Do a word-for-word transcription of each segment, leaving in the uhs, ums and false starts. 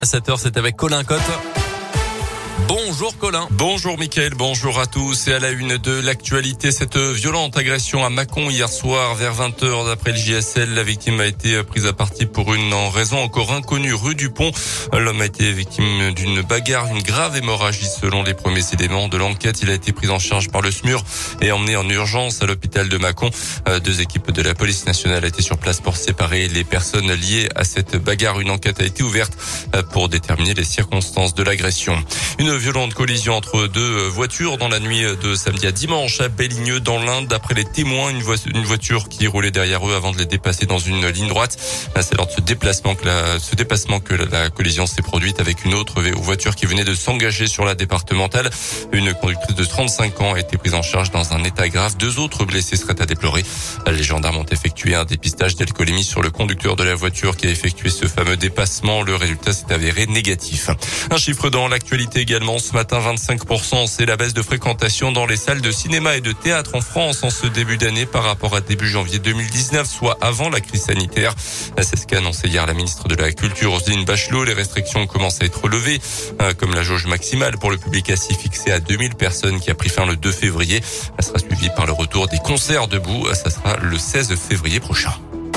À sept heures, c'est avec Colin Cotte. Bonjour Colin. Bonjour Mickaël, bonjour à tous. Et à la une de l'actualité, cette violente agression à Mâcon hier soir vers vingt heures d'après le J S L. La victime a été prise à partie pour une raison encore inconnue rue du Pont. L'homme a été victime d'une bagarre, une grave hémorragie selon les premiers éléments de l'enquête. Il a été pris en charge par le S M U R et emmené en urgence à l'hôpital de Mâcon. Deux équipes de la police nationale étaient sur place pour séparer les personnes liées à cette bagarre. Une enquête a été ouverte pour déterminer les circonstances de l'agression. Une violente collision entre deux voitures dans la nuit de samedi à dimanche à Belligneux dans l'Inde. D'après les témoins, une, vo- une voiture qui roulait derrière eux avant de les dépasser dans une ligne droite. C'est lors de ce déplacement que la, ce dépassement que la, la collision s'est produite avec une autre voiture qui venait de s'engager sur la départementale. Une conductrice de trente-cinq ans a été prise en charge dans un état grave. Deux autres blessés seraient à déplorer. Les gendarmes ont effectué un dépistage d'alcoolémie sur le conducteur de la voiture qui a effectué ce fameux dépassement. Le résultat s'est avéré négatif. Un chiffre dans l'actualité également. Ce matin, vingt-cinq pour cent, c'est la baisse de fréquentation dans les salles de cinéma et de théâtre en France en ce début d'année par rapport à début janvier deux mille dix-neuf, soit avant la crise sanitaire. C'est ce qu'a annoncé hier la ministre de la Culture, Roselyne Bachelot. Les restrictions commencent à être levées, comme la jauge maximale pour le public assis fixée à deux mille personnes qui a pris fin le deux février. Elle sera suivie par le retour des concerts debout. Ça sera le seize février prochain.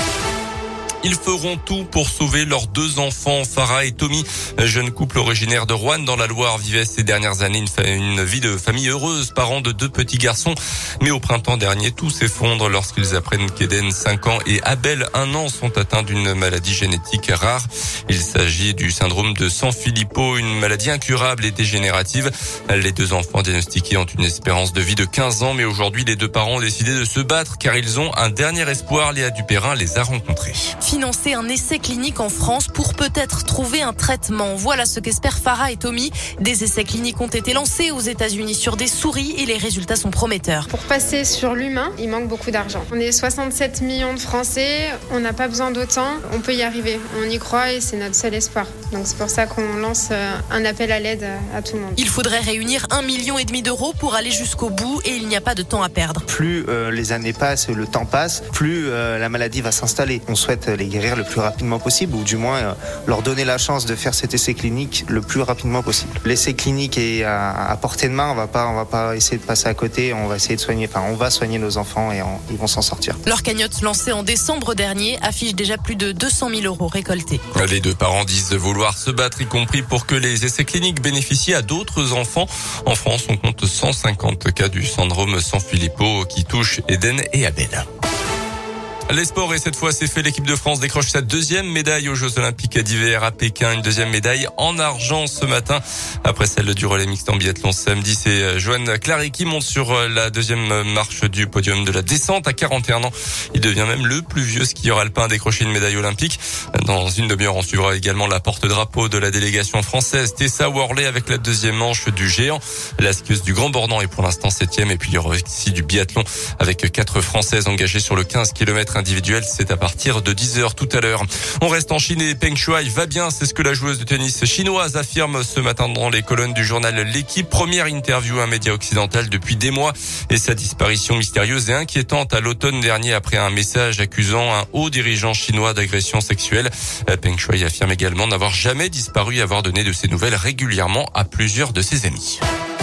Ils feront tout pour sauver leurs deux enfants, Farah et Tommy. Jeune couple originaire de Roanne dans la Loire, vivaient ces dernières années une, fa- une vie de famille heureuse, parents de deux petits garçons. Mais au printemps dernier, tout s'effondre lorsqu'ils apprennent qu'Eden, cinq ans, et Abel, un an, sont atteints d'une maladie génétique rare. Il s'agit du syndrome de Sanfilippo, une maladie incurable et dégénérative. Les deux enfants diagnostiqués ont une espérance de vie de quinze ans, mais aujourd'hui, les deux parents ont décidé de se battre car ils ont un dernier espoir. Léa Dupérin les a rencontrés. Financer un essai clinique en France pour peut-être trouver un traitement. Voilà ce qu'espèrent Farah et Tommy. Des essais cliniques ont été lancés aux États-Unis sur des souris et les résultats sont prometteurs. Pour passer sur l'humain, il manque beaucoup d'argent. On est soixante-sept millions de Français, on n'a pas besoin d'autant, on peut y arriver. On y croit et c'est notre seul espoir. Donc c'est pour ça qu'on lance un appel à l'aide à tout le monde. Il faudrait réunir un million et demi d'euros pour aller jusqu'au bout et il n'y a pas de temps à perdre. Plus euh, les années passent, le temps passe, plus euh, la maladie va s'installer. On souhaite les guérir le plus rapidement possible ou du moins euh, leur donner la chance de faire cet essai clinique le plus rapidement possible. L'essai clinique est à, à portée de main, on va pas on va pas essayer de passer à côté, on va essayer de soigner enfin on va soigner nos enfants et on, ils vont s'en sortir. Leur cagnotte lancée en décembre dernier affiche déjà plus de deux cent mille euros récoltés. Les deux parents disent vouloir se battre, y compris pour que les essais cliniques bénéficient à d'autres enfants. En France, on compte cent cinquante cas du syndrome Sanfilippo qui touche Eden et Abel. Les sports, et cette fois c'est fait, l'équipe de France décroche sa deuxième médaille aux Jeux Olympiques d'hiver à Pékin, une deuxième médaille en argent ce matin. Après celle du relais mixte en biathlon samedi, c'est Johan Clary qui monte sur la deuxième marche du podium de la descente à quarante et un ans. Il devient même le plus vieux skieur alpin à décrocher une médaille olympique. Dans une demi-heure, on suivra également la porte-drapeau de la délégation française, Tessa Worley, avec la deuxième manche du géant. La skieuse du Grand Bornand est pour l'instant septième, et puis il y aura aussi du biathlon avec quatre Françaises engagées sur le quinze kilomètres individuel. C'est à partir de dix heures tout à l'heure. On reste en Chine et Peng Shuai va bien. C'est ce que la joueuse de tennis chinoise affirme ce matin dans les colonnes du journal L'Équipe. Première interview à un média occidental depuis des mois, et sa disparition mystérieuse et inquiétante à l'automne dernier après un message accusant un haut dirigeant chinois d'agression sexuelle. Peng Shuai affirme également n'avoir jamais disparu et avoir donné de ses nouvelles régulièrement à plusieurs de ses amis.